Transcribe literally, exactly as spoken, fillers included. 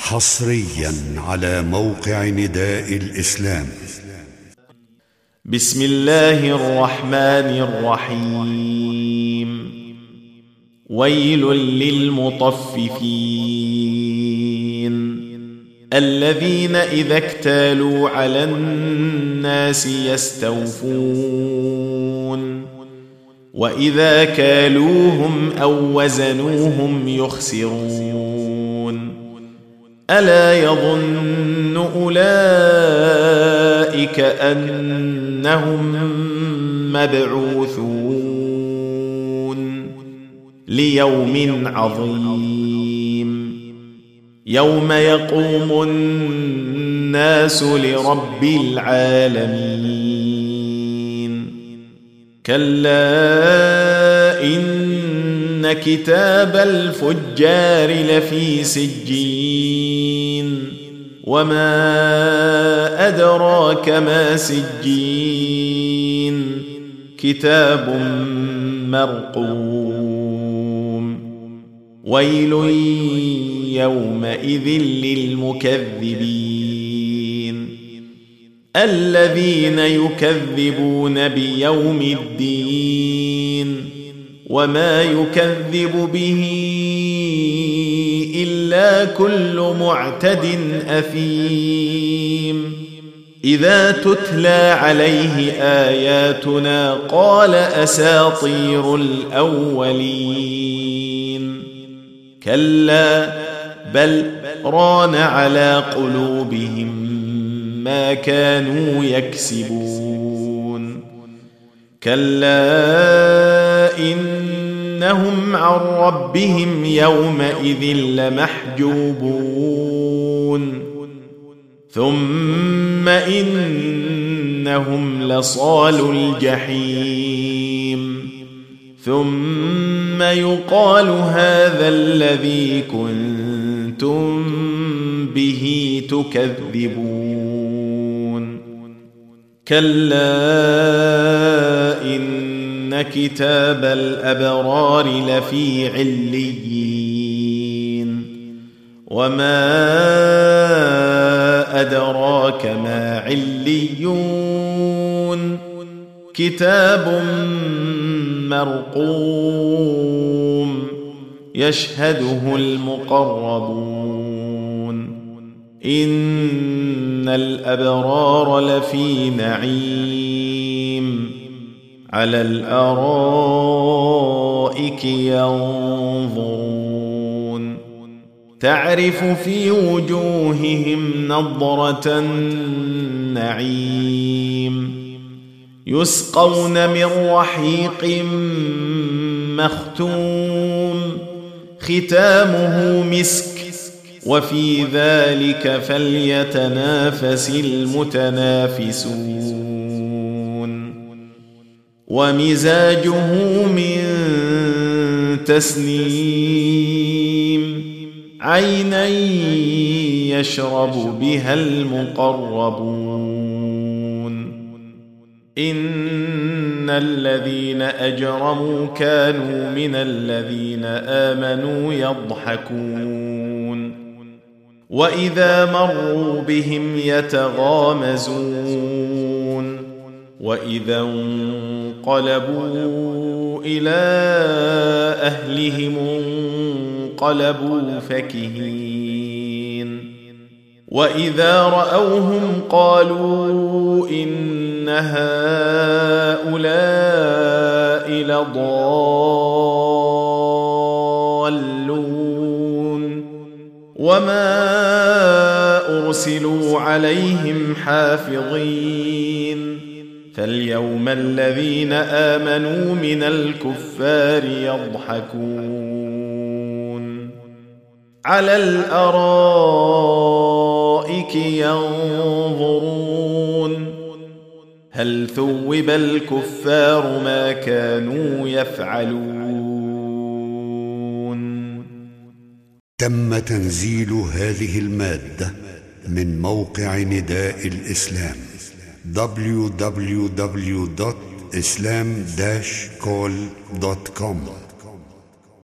حصريا على موقع نداء الإسلام. بسم الله الرحمن الرحيم. ويل للمطففين الذين إذا اكتالوا على الناس يستوفون وإذا كالوهم أو وزنوهم يخسرون. ألا يظن أولئك أنهم مبعوثون ليوم عظيم يوم يقوم الناس لرب العالمين. كلا إن كتاب الفجار لفي سجين وما أدراك ما سجين كتاب مرقوم. ويل يومئذ للمكذبين الذين يكذبون بيوم الدين وما يكذب به إلا كل معتد أثيم. إذا تتلى عليه آياتنا قال أساطير الأولين. كلا بل ران على قلوبهم ما كانوا يكسبون. كلا إنهم عن ربهم يومئذ لمحجوبون. ثم إنهم لصالو الجحيم. ثم يقال هذا الذي كنتم به تكذبون. كلا إن كتاب الأبرار لفي عليين وما أدراك ما عليون كتاب مرقوم يشهده المقربون. إن الأبرار لفي نعيم على الأرائك ينظرون تعرف في وجوههم نضرة النعيم. يسقون من رحيق مختوم ختامه مسك وفي ذلك فليتنافس المتنافسون. ومزاجه من تسنيم عينا يشرب بها المقربون. إن الذين أجرموا كانوا من الذين آمنوا يضحكون وإذا مروا بهم يتغامزون وإذا انقلبوا إلى أهلهم انقلبوا فكهين. وإذا رأوهم قالوا إن هؤلاء لضالون وما أرسلوا عليهم حافظين. فاليوم الذين آمنوا من الكفار يضحكون على الأرائك ينظرون هل ثوب الكفار ما كانوا يفعلون. تم تنزيل هذه المادة من موقع نداء الإسلام دبليو دبليو دبليو دوت إسلام داش كول دوت كوم.